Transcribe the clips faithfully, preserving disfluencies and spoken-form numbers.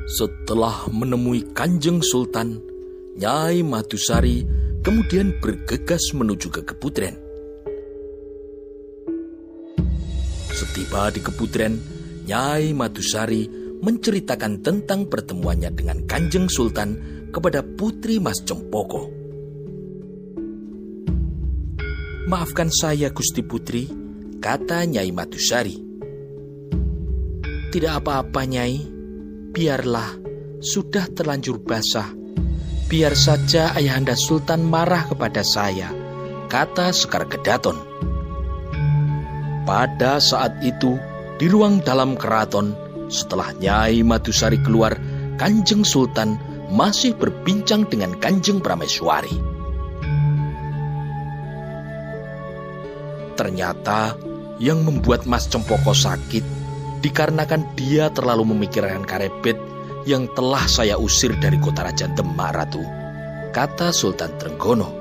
Setelah menemui Kanjeng Sultan, Nyai Madusari kemudian bergegas menuju ke Keputren. Setiba di Keputren, Nyai Madusari menceritakan tentang pertemuannya dengan Kanjeng Sultan kepada Putri Mas Cempoko. "Maafkan saya, Gusti Putri," kata Nyai Madusari. "Tidak apa-apa, Nyai. Biarlah, sudah terlanjur basah. Biar saja Ayahanda Sultan marah kepada saya," kata Sekar Kedaton. Pada saat itu, di ruang dalam keraton, setelah Nyai Madusari keluar, Kanjeng Sultan masih berbincang dengan Kanjeng Prameswari. Ternyata yang membuat Mas Cempoko sakit dikarenakan dia terlalu memikirkan Karebet yang telah saya usir dari kota Raja Demak, Ratu, kata Sultan Trenggono.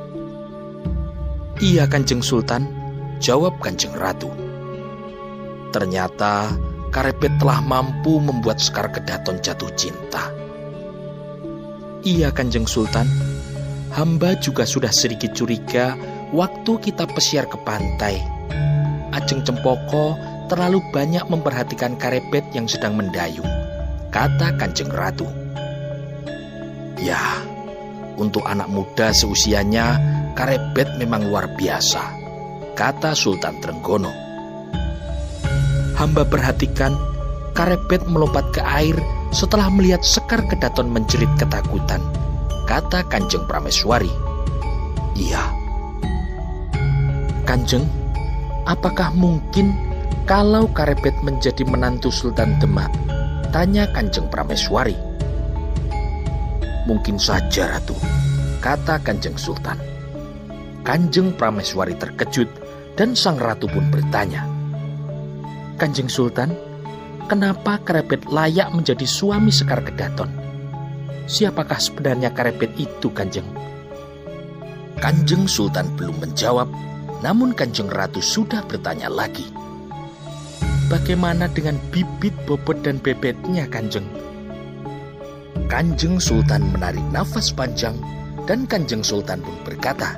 "Iya, Kanjeng Sultan," jawab Kanjeng Ratu. Ternyata Karebet telah mampu membuat Sekar Kedaton jatuh cinta. "Iya, Kanjeng Sultan. Hamba juga sudah sedikit curiga waktu kita pesiar ke pantai. Ajeng Cempoko terlalu banyak memperhatikan Karebet yang sedang mendayung," kata Kanjeng Ratu. "Ya, untuk anak muda seusianya, Karebet memang luar biasa," kata Sultan Trenggono. "Hamba perhatikan Karebet melompat ke air setelah melihat Sekar Kedaton menjerit ketakutan," kata Kanjeng Prameswari. "Iya." "Kanjeng, apakah mungkin kalau Karebet menjadi menantu Sultan Demak?" tanya Kanjeng Prameswari. "Mungkin saja, Ratu," kata Kanjeng Sultan. Kanjeng Prameswari terkejut dan sang ratu pun bertanya, "Kanjeng Sultan, kenapa Karebet layak menjadi suami Sekar Kedaton? Siapakah sebenarnya Karebet itu, Kanjeng?" Kanjeng Sultan belum menjawab, namun Kanjeng Ratu sudah bertanya lagi, "Bagaimana dengan bibit, bobot, dan bebetnya, Kanjeng?" Kanjeng Sultan menarik nafas panjang dan Kanjeng Sultan pun berkata,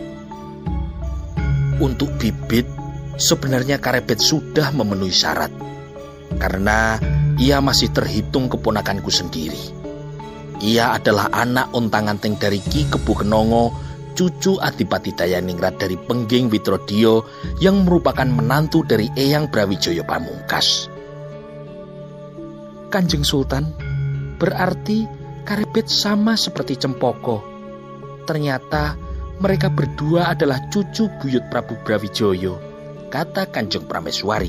"Untuk bibit, sebenarnya Karebet sudah memenuhi syarat, karena ia masih terhitung keponakanku sendiri. Ia adalah anak ontang-anting dari Ki Kebu Kenongo, cucu Adipati Dayaningrat dari Pengging Witrodio yang merupakan menantu dari Eyang Brawijaya Pamungkas." "Kanjeng Sultan, berarti Karebet sama seperti Cempoko. Ternyata mereka berdua adalah cucu buyut Prabu Brawijaya," kata Kanjeng Prameswari.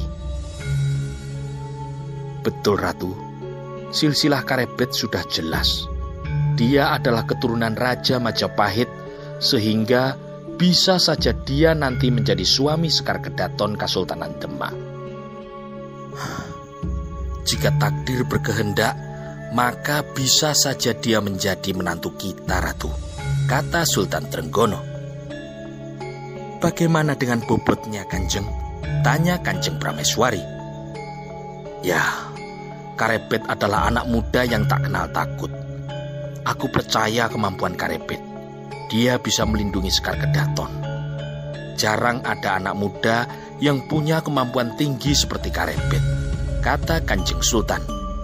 "Betul, Ratu. Silsilah Karebet sudah jelas. Dia adalah keturunan Raja Majapahit, sehingga bisa saja dia nanti menjadi suami Sekar Kedaton Kasultanan Demak. Jika takdir berkehendak, maka bisa saja dia menjadi menantu kita, Ratu," kata Sultan Trenggono. "Bagaimana dengan bobotnya, Kanjeng?" tanya Kanjeng Prameswari. "Ya, Karebet adalah anak muda yang tak kenal takut. Aku percaya kemampuan Karebet. Dia bisa melindungi Sekar Kedaton. Jarang ada anak muda yang punya kemampuan tinggi seperti Karebet," kata Kanjeng Sultan.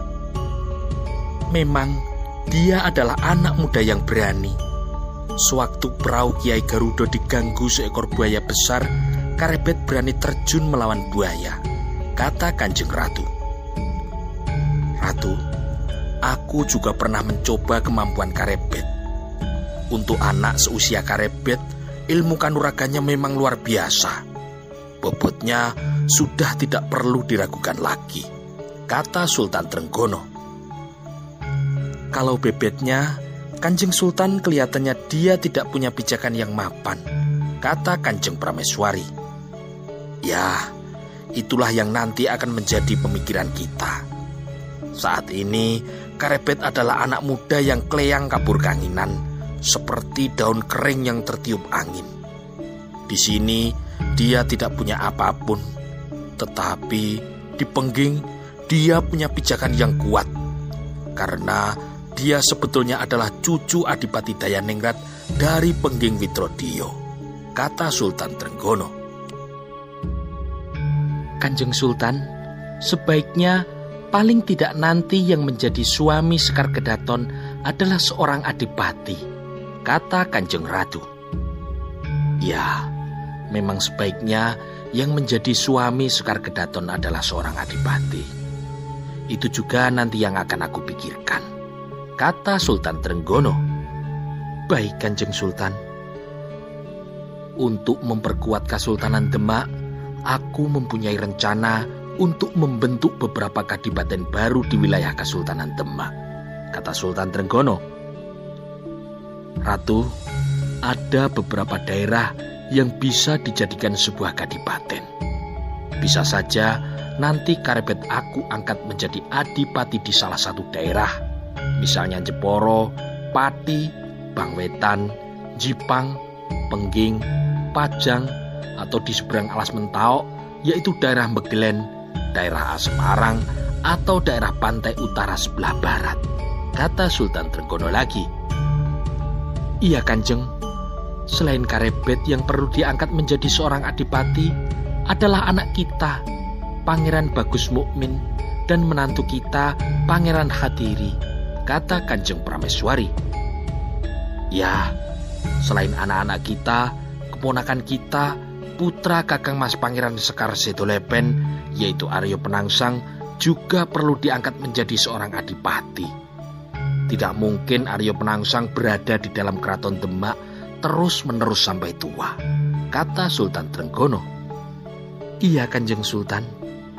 "Memang dia adalah anak muda yang berani. Sewaktu perahu Kiai Garuda diganggu seekor buaya besar, Karebet berani terjun melawan buaya," kata Kanjeng Ratu. "Ratu, aku juga pernah mencoba kemampuan Karebet. Untuk anak seusia Karebet, ilmu kanuraganya memang luar biasa. Bobotnya sudah tidak perlu diragukan lagi," kata Sultan Trenggono. "Kalau bebetnya, Kanjeng Sultan kelihatannya dia tidak punya pijakan yang mapan," kata Kanjeng Prameswari. "Ya, itulah yang nanti akan menjadi pemikiran kita. Saat ini, Karebet adalah anak muda yang kleyang kabur kanginan, seperti daun kering yang tertiup angin. Di sini dia tidak punya apapun, tetapi di Pengging dia punya pijakan yang kuat. karena dia sebetulnya adalah cucu Adipati Dayaningrat dari Pengging Witrodio, kata Sultan Trenggono. Kanjeng Sultan, sebaiknya paling tidak nanti yang menjadi suami Sekar Kedaton adalah seorang adipati, kata Kanjeng Ratu. Ya, memang sebaiknya yang menjadi suami Sekar Kedaton adalah seorang adipati. Itu juga nanti yang akan aku pikirkan, kata Sultan Trenggono. Baik Kanjeng Sultan. Untuk memperkuat Kesultanan Demak, aku mempunyai rencana untuk membentuk beberapa kadipaten baru di wilayah Kesultanan Demak, kata Sultan Trenggono. Ratu, ada beberapa daerah yang bisa dijadikan sebuah kadipaten. Bisa saja nanti Karebet aku angkat menjadi adipati di salah satu daerah, misalnya Jeporo, Pati, Bangwetan, Jipang, Pengging, Pajang, atau di seberang Alas Mentao, yaitu daerah Megelen, daerah Semarang, atau daerah pantai utara sebelah barat, kata Sultan Trenggono lagi. Iya Kanjeng, selain Karebet yang perlu diangkat menjadi seorang adipati adalah anak kita, Pangeran Bagus Mukmin, dan menantu kita, Pangeran Hadiri, kata Kanjeng Prameswari. Ya, selain anak-anak kita, keponakan kita, putra Kakang Mas Pangeran Sekar Sedolepen, yaitu Aryo Penangsang, juga perlu diangkat menjadi seorang adipati. Tidak mungkin Aryo Penangsang berada di dalam keraton Demak terus-menerus sampai tua, kata Sultan Trenggono. Iya Kanjeng Sultan.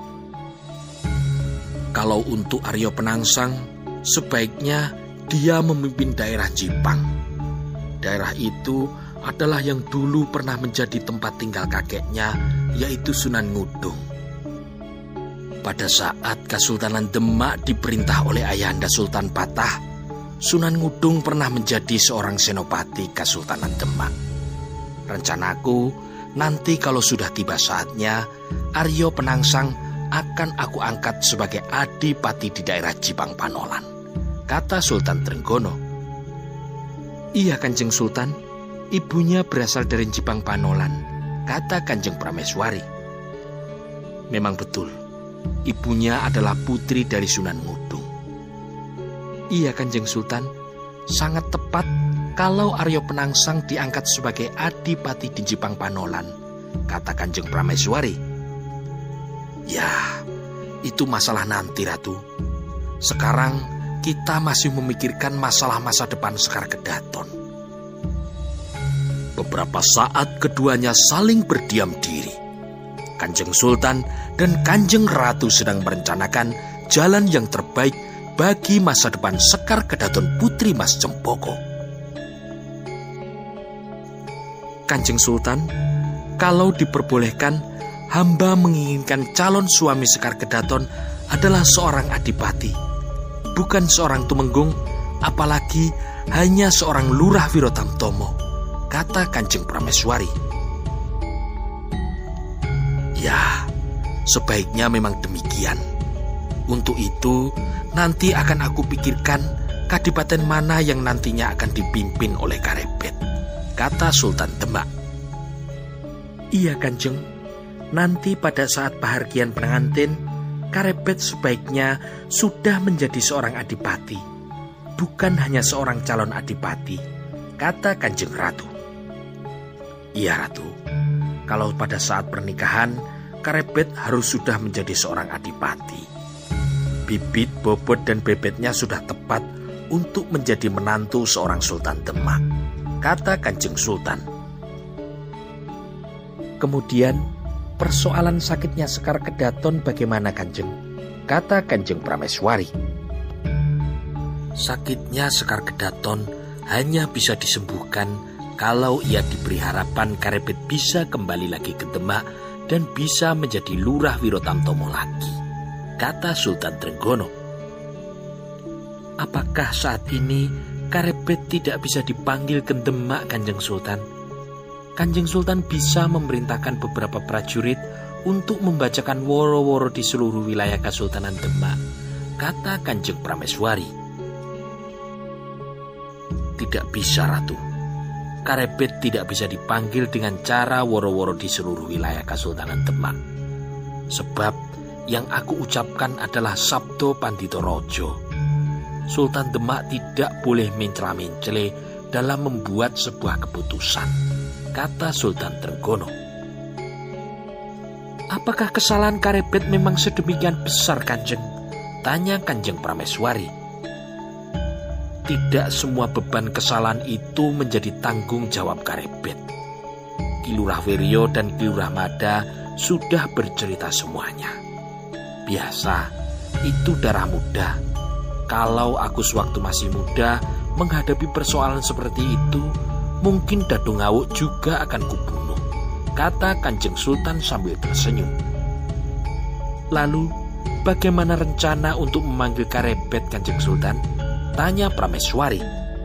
Kalau untuk Aryo Penangsang, sebaiknya dia memimpin daerah Jipang. Daerah itu adalah yang dulu pernah menjadi tempat tinggal kakeknya, yaitu Sunan Ngudung. Pada saat Kesultanan Demak diperintah oleh Ayahanda Sultan Patah, Sunan Ngudung pernah menjadi seorang senopati Kesultanan Demak. Rencanaku, nanti kalau sudah tiba saatnya, Aryo Penangsang akan aku angkat sebagai adipati di daerah Jipang Panolan, kata Sultan Trenggono. Iya Kanjeng Sultan, ibunya berasal dari Jipang Panolan, kata Kanjeng Prameswari. Memang betul, ibunya adalah putri dari Sunan Ngudung. Iya Kanjeng Sultan, sangat tepat kalau Aryo Penangsang diangkat sebagai adipati di Jipang Panolan, kata Kanjeng Prameswari. Ya, itu masalah nanti Ratu. Sekarang kita masih memikirkan masalah masa depan Sekar Kedaton. Beberapa saat keduanya saling berdiam diri. Kanjeng Sultan dan Kanjeng Ratu sedang merencanakan jalan yang terbaik bagi masa depan Sekar Kedaton Putri Mas Cempoko. Kanjeng Sultan, kalau diperbolehkan, hamba menginginkan calon suami Sekar Kedaton adalah seorang adipati, bukan seorang tumenggung, apalagi hanya seorang Lurah Wirotamtomo, kata Kanjeng Prameswari. Ya, sebaiknya memang demikian. Untuk itu, nanti akan aku pikirkan kadipaten mana yang nantinya akan dipimpin oleh Karebet, kata Sultan Demak. Iya Kanjeng, nanti pada saat pahargian pengantin, Karebet sebaiknya sudah menjadi seorang adipati, bukan hanya seorang calon adipati, kata Kanjeng Ratu. Iya Ratu, kalau pada saat pernikahan, Karebet harus sudah menjadi seorang adipati. Bibit, bobot, dan bebetnya sudah tepat untuk menjadi menantu seorang Sultan Demak, kata Kanjeng Sultan. Kemudian, persoalan sakitnya Sekar Kedaton bagaimana Kanjeng? Kata Kanjeng Prameswari. Sakitnya Sekar Kedaton hanya bisa disembuhkan kalau ia diberi harapan Karebet bisa kembali lagi ke Demak dan bisa menjadi Lurah Wirotamtomo lagi, kata Sultan Trenggono. Apakah saat ini Karebet tidak bisa dipanggil ke Demak Kanjeng Sultan? Kanjeng Sultan bisa memerintahkan beberapa prajurit untuk membacakan woro-woro di seluruh wilayah Kesultanan Demak, kata Kanjeng Prameswari. Tidak bisa, Ratu. Karebet tidak bisa dipanggil dengan cara woro-woro di seluruh wilayah Kesultanan Demak. Sebab yang aku ucapkan adalah Sabdo Pandito Rojo. Sultan Demak tidak boleh mencela-mencele dalam membuat sebuah keputusan, kata Sultan Trenggono. Apakah kesalahan Karebet memang sedemikian besar, Kanjeng? Tanya Kanjeng Prameswari. Tidak semua beban kesalahan itu menjadi tanggung jawab Karebet. Ki Lurah Wiryo dan Ki Lurah Mada sudah bercerita semuanya. Biasa, itu darah muda. Kalau aku sewaktu masih muda menghadapi persoalan seperti itu, mungkin Dado Ngawuk juga akan kubunuh, kata Kanjeng Sultan sambil tersenyum. Lalu, bagaimana rencana untuk memanggil Karebet, Kanjeng Sultan? Tanya Prameswari.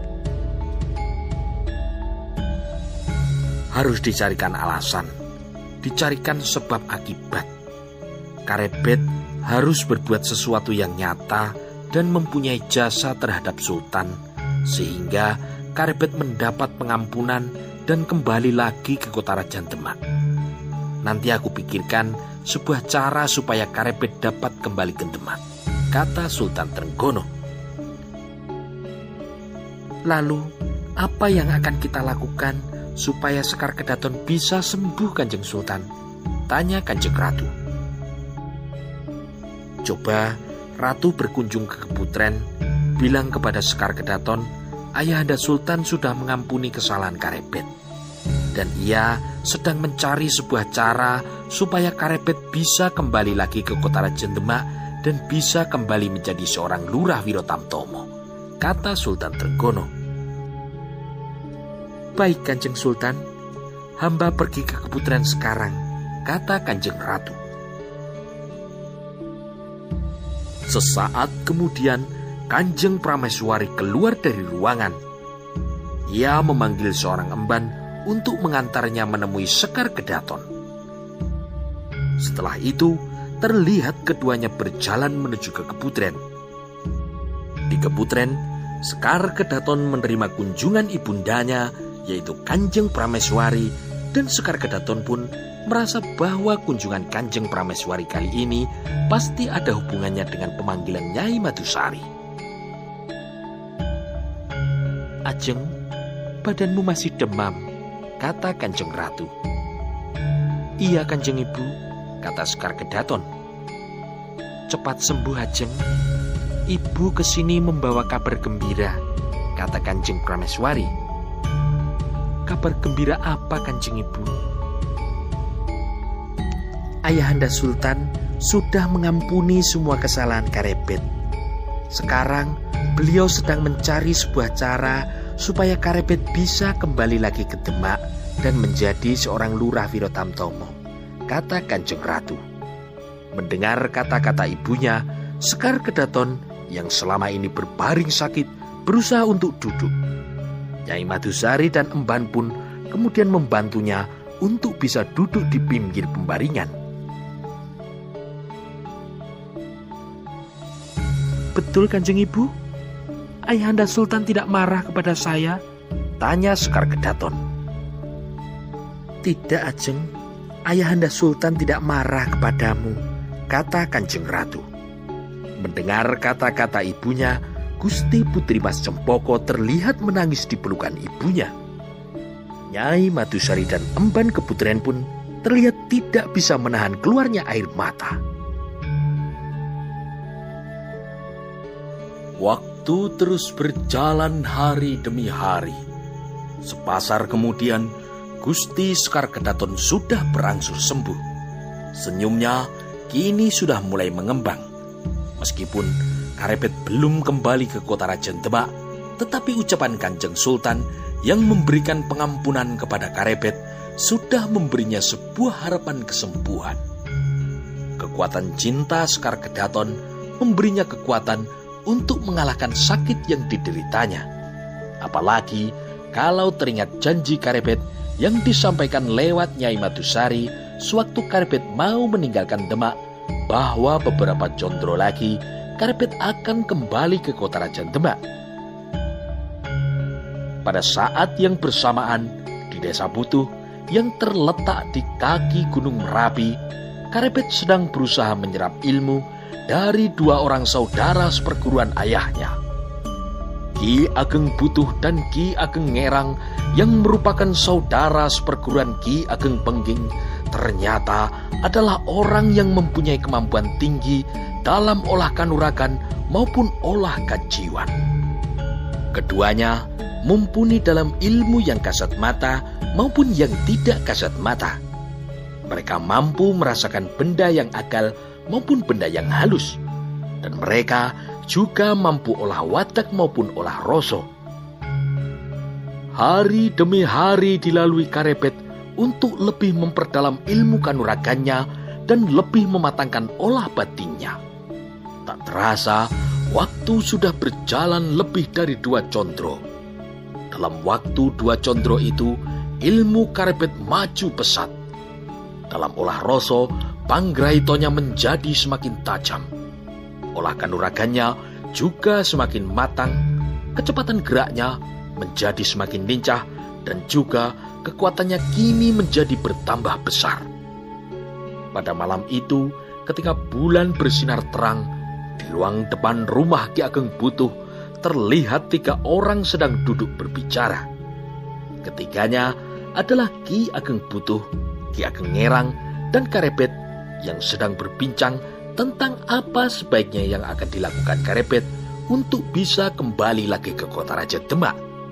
Harus dicarikan alasan, dicarikan sebab akibat. Karebet harus berbuat sesuatu yang nyata dan mempunyai jasa terhadap Sultan, sehingga Karebet mendapat pengampunan dan kembali lagi ke kota Raja Demak. Nanti aku pikirkan sebuah cara supaya Karebet dapat kembali ke Demak, kata Sultan Trenggono. Lalu, apa yang akan kita lakukan supaya Sekar Kedaton bisa sembuh, Kanjeng Sultan? Tanya Kanjeng Ratu. Coba Ratu berkunjung ke Keputren, bilang kepada Sekar Kedaton, Ayahanda Sultan sudah mengampuni kesalahan Karebet. Dan ia sedang mencari sebuah cara supaya Karebet bisa kembali lagi ke kota Raja Demak dan bisa kembali menjadi seorang Lurah Wirotamtomo, kata Sultan Trenggono. Baik, Kanjeng Sultan, hamba pergi ke Keputren sekarang, kata Kanjeng Ratu. Sesaat kemudian, Kanjeng Prameswari keluar dari ruangan. Ia memanggil seorang emban untuk mengantarnya menemui Sekar Kedaton. Setelah itu, terlihat keduanya berjalan menuju ke Keputren. Di Keputren, Sekar Kedaton menerima kunjungan ibundanya, yaitu Kanjeng Prameswari, dan Sekar Kedaton pun merasa bahwa kunjungan Kanjeng Prameswari kali ini pasti ada hubungannya dengan pemanggilan Nyai Madusari. Ajeng, badanmu masih demam, kata Kanjeng Ratu. Iya, Kanjeng Ibu, kata Sekar Kedaton. Cepat sembuh, Ajeng. Ibu kesini membawa kabar gembira, kata Kanjeng Prameswari. Kabar gembira apa, Kanjeng Ibu? Ayahanda Sultan sudah mengampuni semua kesalahan Karebet. Sekarang beliau sedang mencari sebuah cara supaya Karebet bisa kembali lagi ke Demak dan menjadi seorang Lurah Wirotamtomo, kata Kanjeng Ratu. Mendengar kata-kata ibunya, Sekar Kedaton yang selama ini berbaring sakit berusaha untuk duduk. Nyai Madusari dan emban pun kemudian membantunya untuk bisa duduk di pinggir pembaringan. Betul, Kanjeng Ibu? Ayahanda Sultan tidak marah kepada saya? Tanya Sekar Kedaton. Tidak, Ajeng. Ayahanda Sultan tidak marah kepadamu, kata Kanjeng Ratu. Mendengar kata-kata ibunya, Gusti Putri Mas Cempoko terlihat menangis di pelukan ibunya. Nyai Madusari dan emban Keputren pun terlihat tidak bisa menahan keluarnya air mata. Waktu terus berjalan hari demi hari. Sepasar kemudian, Gusti Sekar Kedaton sudah berangsur sembuh. Senyumnya kini sudah mulai mengembang. Meskipun Karebet belum kembali ke kota Raja Demak, tetapi ucapan Kanjeng Sultan yang memberikan pengampunan kepada Karebet sudah memberinya sebuah harapan kesembuhan. Kekuatan cinta Sekar Kedaton memberinya kekuatan untuk mengalahkan sakit yang dideritanya. Apalagi kalau teringat janji Karebet yang disampaikan lewat Nyai Madusari sewaktu Karebet mau meninggalkan Demak, bahwa beberapa condro lagi Karebet akan kembali ke kota Raja Demak. pada saat yang bersamaan di Desa Butuh yang terletak di kaki Gunung Merapi, Karebet sedang berusaha menyerap ilmu dari dua orang saudara seperguruan ayahnya, Ki Ageng Butuh dan Ki Ageng Ngerang, yang merupakan saudara seperguruan Ki Ageng Pengging, ternyata adalah orang yang mempunyai kemampuan tinggi dalam olah kanuragan maupun olah kajiwan. Keduanya mumpuni dalam ilmu yang kasat mata maupun yang tidak kasat mata. Mereka mampu merasakan benda yang akal maupun benda yang halus, dan mereka juga mampu olah watak maupun olah rasa. Hari demi hari dilalui Karebet untuk lebih memperdalam ilmu kanuragannya dan lebih mematangkan olah batinnya. Tak terasa, waktu sudah berjalan lebih dari dua condro. Dalam waktu dua condro itu, ilmu Karebet maju pesat. Dalam olah rasa, panggraitonya menjadi semakin tajam. Olah kanuragannya juga semakin matang, kecepatan geraknya menjadi semakin lincah, dan juga kekuatannya kini menjadi bertambah besar. Pada malam itu, ketika bulan bersinar terang, di ruang depan rumah Ki Ageng Butuh terlihat tiga orang sedang duduk berbicara. Ketiganya adalah Ki Ageng Butuh, Ki Ageng Ngerang, dan Karebet yang sedang berbincang tentang apa sebaiknya yang akan dilakukan Karebet untuk bisa kembali lagi ke kota Raja Demak.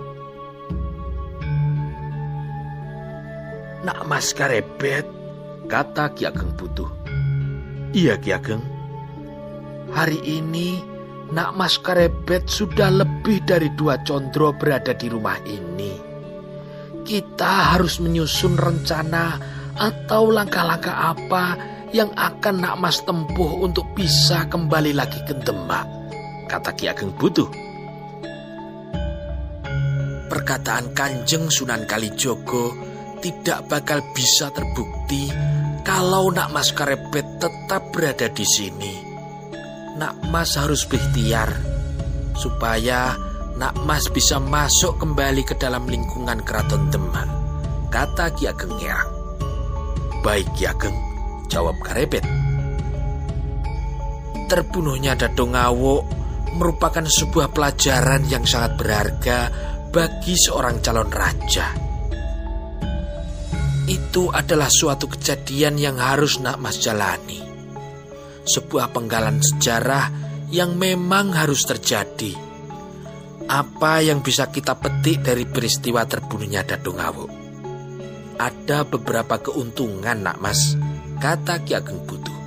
"Nak Mas Karebet," kata Ki Ageng Butuh. "Iya Ki Ageng, hari ini Nak Mas Karebet sudah lebih dari dua condro berada di rumah ini. Kita harus menyusun rencana atau langkah-langkah apa yang akan Nak Mas tempuh untuk bisa kembali lagi ke Demak," kata Ki Ageng Butuh. "Perkataan Kanjeng Sunan Kalijogo tidak bakal bisa terbukti kalau Nak Mas Karebet tetap berada di sini. Nak Mas harus berikhtiar supaya Nak Mas bisa masuk kembali ke dalam lingkungan Keraton Demak," kata Ki Ageng Ngerang. "Baik Ki Ageng," jawab Karebet. Terbunuhnya Dado Ngawuk merupakan sebuah pelajaran yang sangat berharga bagi seorang calon raja. Itu adalah suatu kejadian yang harus Nak Mas jalani. Sebuah penggalan sejarah yang memang harus terjadi. Apa yang bisa kita petik dari peristiwa terbunuhnya Dado Ngawuk? Ada beberapa keuntungan Nak Mas, kata Ki Ageng Butuh.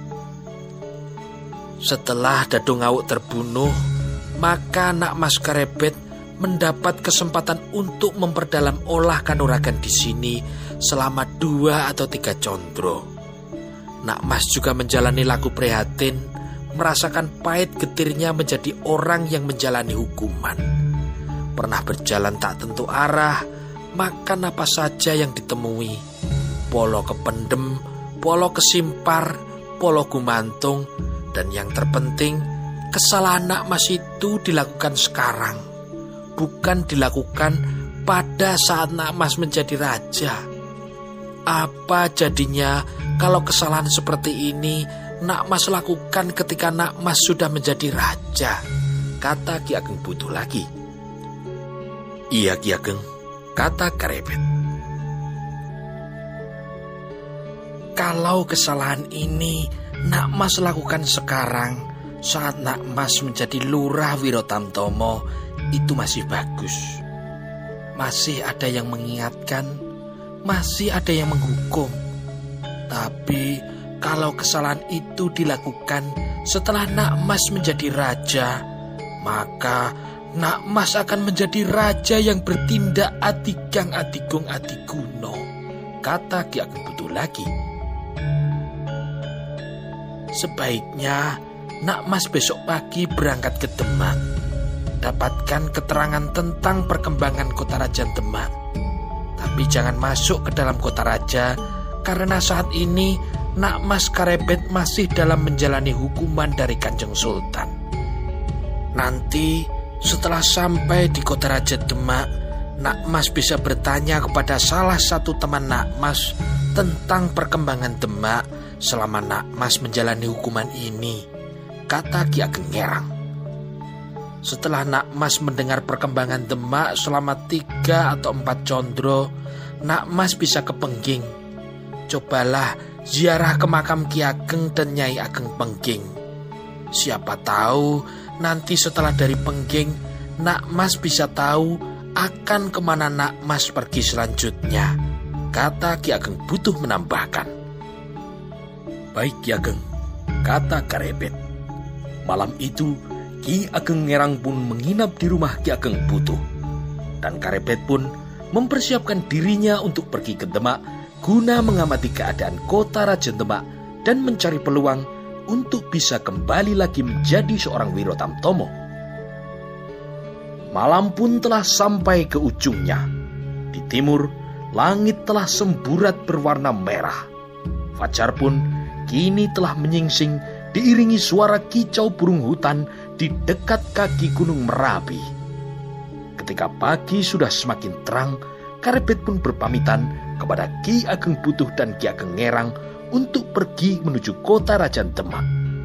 Setelah Dado Ngawuk terbunuh, maka Nak Mas Karebet mendapat kesempatan untuk memperdalam olah kanuragan di sini selama dua atau tiga condro. Nak Mas juga menjalani laku prihatin, merasakan pahit getirnya menjadi orang yang menjalani hukuman. Pernah berjalan tak tentu arah, makan apa saja yang ditemui. Polo kependem, polo kesimpar, polo gumantung, dan yang terpenting, kesalahan Nak Mas itu dilakukan sekarang, bukan dilakukan pada saat Nak Mas menjadi raja. Apa jadinya kalau kesalahan seperti ini Nak Mas lakukan ketika Nak Mas sudah menjadi raja? Kata Ki Ageng Butuh lagi. Iya Ki Ageng, kata Karebet. Kalau kesalahan ini Nak Mas lakukan sekarang saat Nak Mas menjadi Lurah Wirotamtomo, itu masih bagus. Masih ada yang mengingatkan, masih ada yang menghukum. Tapi kalau kesalahan itu dilakukan setelah Nak Mas menjadi raja, maka Nak Mas akan menjadi raja yang bertindak adigang adigung adiguno, kata Ki Ageng Butuh lagi. Sebaiknya Nak Mas besok pagi berangkat ke Demak, dapatkan keterangan tentang perkembangan kota Raja Demak. Tapi jangan masuk ke dalam kota raja, karena saat ini Nak Mas Karebet masih dalam menjalani hukuman dari Kanjeng Sultan. Nanti setelah sampai di kota Raja Demak, Nak Mas bisa bertanya kepada salah satu teman Nak Mas tentang perkembangan Demak selama Nak Mas menjalani hukuman ini, kata Ki Ageng Ngerang. Setelah Nak Mas mendengar perkembangan Demak selama tiga atau empat condro, Nak Mas bisa ke Pengging. Cobalah ziarah ke makam Ki Ageng dan Nyai Ageng Pengging. Siapa tahu nanti setelah dari Pengging, Nak Mas bisa tahu akan kemana Nak Mas pergi selanjutnya, kata Ki Ageng Butuh menambahkan. Baik Ki Ageng, kata Karebet. Malam itu Ki Ageng Ngerang pun menginap di rumah Ki Ageng Butuh. Dan Karebet pun mempersiapkan dirinya untuk pergi ke Demak guna mengamati keadaan kota Raja Demak dan mencari peluang untuk bisa kembali lagi menjadi seorang Wiro Tamtomo. Malam pun telah sampai ke ujungnya. Di timur, langit telah semburat berwarna merah. Fajar pun kini telah menyingsing diiringi suara kicau burung hutan di dekat kaki Gunung Merapi. Ketika pagi sudah semakin terang, Karebet pun berpamitan kepada Ki Ageng Butuh dan Ki Ageng Ngerang untuk pergi menuju kota Raja Demak.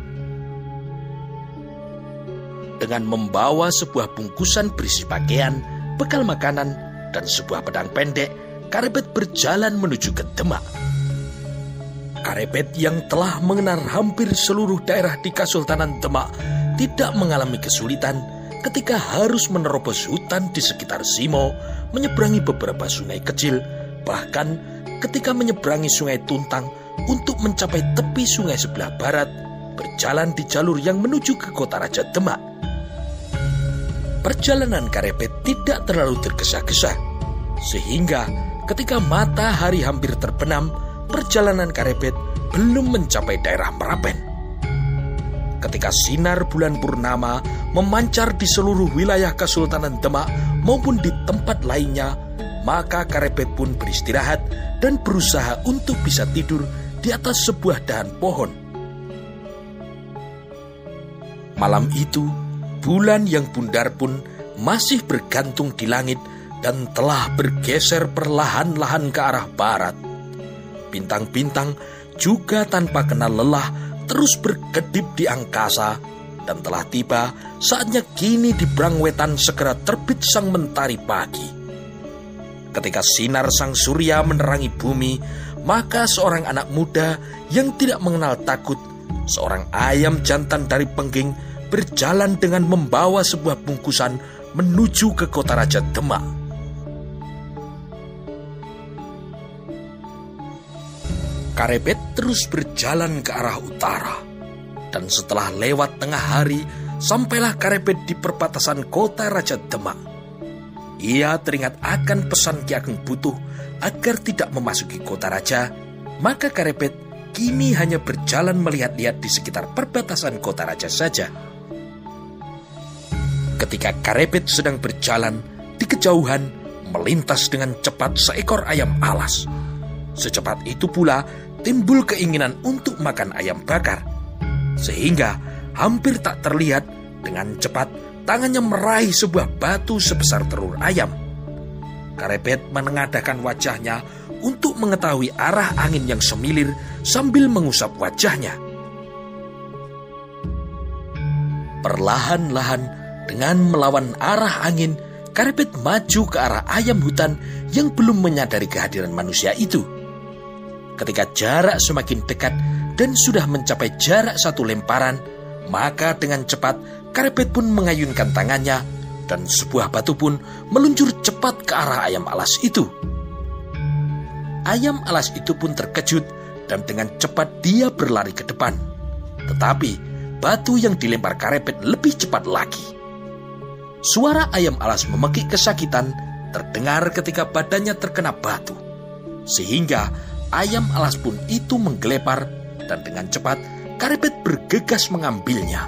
Dengan membawa sebuah bungkusan berisi pakaian, bekal makanan, dan sebuah pedang pendek, Karebet berjalan menuju ke Demak. Karebet yang telah mengenal hampir seluruh daerah di Kesultanan Demak tidak mengalami kesulitan ketika harus menerobos hutan di sekitar Simo, menyeberangi beberapa sungai kecil, bahkan ketika menyeberangi sungai Tuntang untuk mencapai tepi sungai sebelah barat, berjalan di jalur yang menuju ke kota Raja Demak. Perjalanan Karebet tidak terlalu tergesa-gesa, sehingga ketika matahari hampir terbenam, perjalanan Karebet belum mencapai daerah Merapen. Ketika sinar bulan purnama memancar di seluruh wilayah Kesultanan Demak maupun di tempat lainnya, maka Karebet pun beristirahat dan berusaha untuk bisa tidur di atas sebuah dahan pohon. Malam itu, bulan yang bundar pun masih bergantung di langit dan telah bergeser perlahan-lahan ke arah barat. Bintang-bintang juga tanpa kenal lelah terus berkedip di angkasa, dan telah tiba saatnya kini di Brangwetan segera terbit sang mentari pagi. Ketika sinar sang surya menerangi bumi, maka seorang anak muda yang tidak mengenal takut, seorang ayam jantan dari Pengging, berjalan dengan membawa sebuah bungkusan menuju ke kota Raja Demak. Karebet terus berjalan ke arah utara, dan setelah lewat tengah hari, sampailah Karebet di perbatasan kota Raja Demak. Ia teringat akan pesan Ki Ageng Butuh agar tidak memasuki kota raja, maka Karebet kini hanya berjalan melihat-lihat di sekitar perbatasan kota raja saja. Ketika Karebet sedang berjalan, di kejauhan melintas dengan cepat seekor ayam alas. Secepat itu pula timbul keinginan untuk makan ayam bakar, sehingga hampir tak terlihat dengan cepat tangannya meraih sebuah batu sebesar telur ayam. Karebet menengadahkan wajahnya untuk mengetahui arah angin yang semilir sambil mengusap wajahnya. Perlahan-lahan dengan melawan arah angin, Karebet maju ke arah ayam hutan yang belum menyadari kehadiran manusia itu. Ketika jarak semakin dekat dan sudah mencapai jarak satu lemparan, maka dengan cepat Karebet pun mengayunkan tangannya dan sebuah batu pun meluncur cepat ke arah ayam alas itu. Ayam alas itu pun terkejut dan dengan cepat dia berlari ke depan. Tetapi batu yang dilempar Karebet lebih cepat lagi. Suara ayam alas memekik kesakitan terdengar ketika badannya terkena batu, sehingga ayam alas pun itu menggelepar dan dengan cepat Karebet bergegas mengambilnya.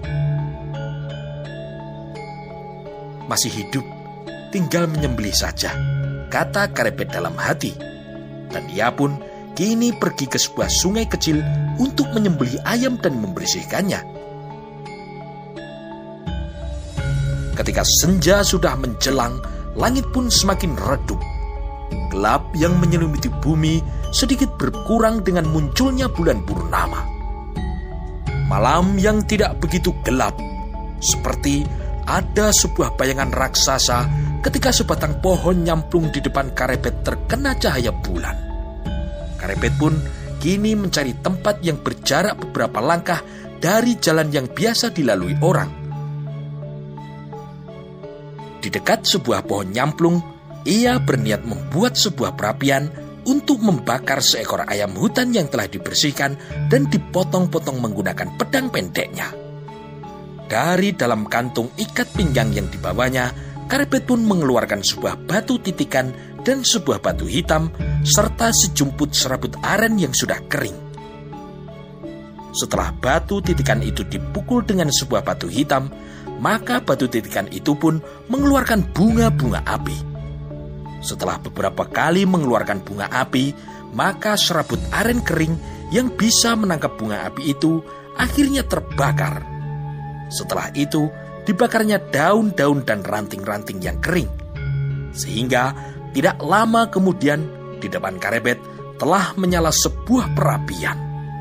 Masih hidup, tinggal menyembelih saja, kata Karebet dalam hati. Dan ia pun kini pergi ke sebuah sungai kecil untuk menyembelih ayam dan membersihkannya. Ketika senja sudah menjelang, langit pun semakin redup. Gelap yang menyelimuti bumi sedikit berkurang dengan munculnya bulan purnama. Malam yang tidak begitu gelap, seperti ada sebuah bayangan raksasa ketika sebatang pohon nyamplung di depan Karebet terkena cahaya bulan. Karebet pun kini mencari tempat yang berjarak beberapa langkah dari jalan yang biasa dilalui orang. Di dekat sebuah pohon nyamplung, ia berniat membuat sebuah perapian untuk membakar seekor ayam hutan yang telah dibersihkan dan dipotong-potong menggunakan pedang pendeknya. Dari dalam kantung ikat pinggang yang dibawanya, Karebet pun mengeluarkan sebuah batu titikan dan sebuah batu hitam, serta sejumput serabut aren yang sudah kering. Setelah batu titikan itu dipukul dengan sebuah batu hitam, maka batu titikan itu pun mengeluarkan bunga-bunga api. Setelah beberapa kali mengeluarkan bunga api, maka serabut aren kering yang bisa menangkap bunga api itu akhirnya terbakar. Setelah itu, dibakarnya daun-daun dan ranting-ranting yang kering. Sehingga tidak lama kemudian di depan Karebet telah menyala sebuah perapian.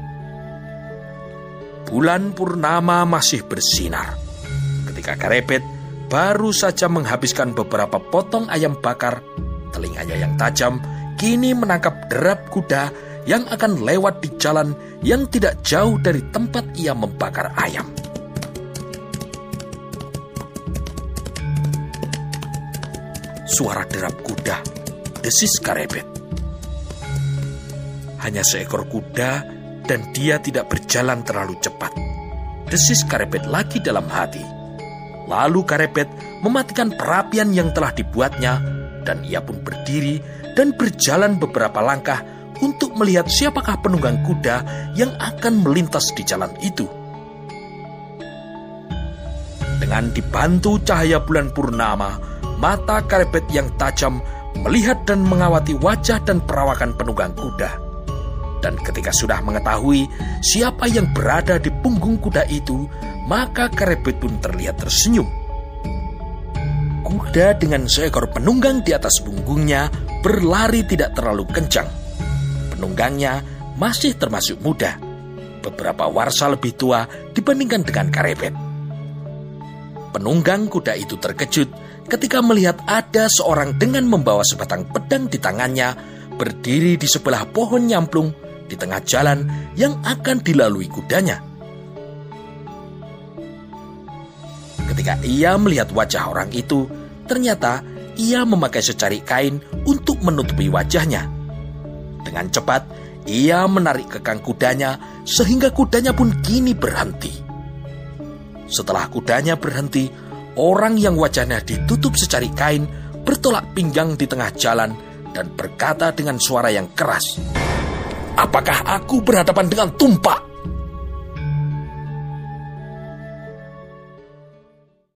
Bulan purnama masih bersinar ketika Karebet baru saja menghabiskan beberapa potong ayam bakar. Telinganya yang tajam kini menangkap derap kuda yang akan lewat di jalan yang tidak jauh dari tempat ia membakar ayam. Suara derap kuda, desis Karebet. Hanya seekor kuda dan dia tidak berjalan terlalu cepat, desis Karebet lagi dalam hati. Lalu Karebet mematikan perapian yang telah dibuatnya, dan ia pun berdiri dan berjalan beberapa langkah untuk melihat siapakah penunggang kuda yang akan melintas di jalan itu. Dengan dibantu cahaya bulan purnama, mata Karebet yang tajam melihat dan mengawati wajah dan perawakan penunggang kuda. Dan ketika sudah mengetahui siapa yang berada di punggung kuda itu, maka Karebet pun terlihat tersenyum. Kuda dengan seekor penunggang di atas punggungnya berlari tidak terlalu kencang. Penunggangnya masih termasuk muda, beberapa warsa lebih tua dibandingkan dengan Karebet. Penunggang kuda itu terkejut ketika melihat ada seorang dengan membawa sebatang pedang di tangannya berdiri di sebelah pohon nyamplung di tengah jalan yang akan dilalui kudanya. Ketika ia melihat wajah orang itu, ternyata ia memakai secari kain untuk menutupi wajahnya. Dengan cepat, ia menarik kekang kudanya sehingga kudanya pun kini berhenti. Setelah kudanya berhenti, orang yang wajahnya ditutup secari kain bertolak pinggang di tengah jalan dan berkata dengan suara yang keras, "Apakah aku berhadapan dengan tumpak?"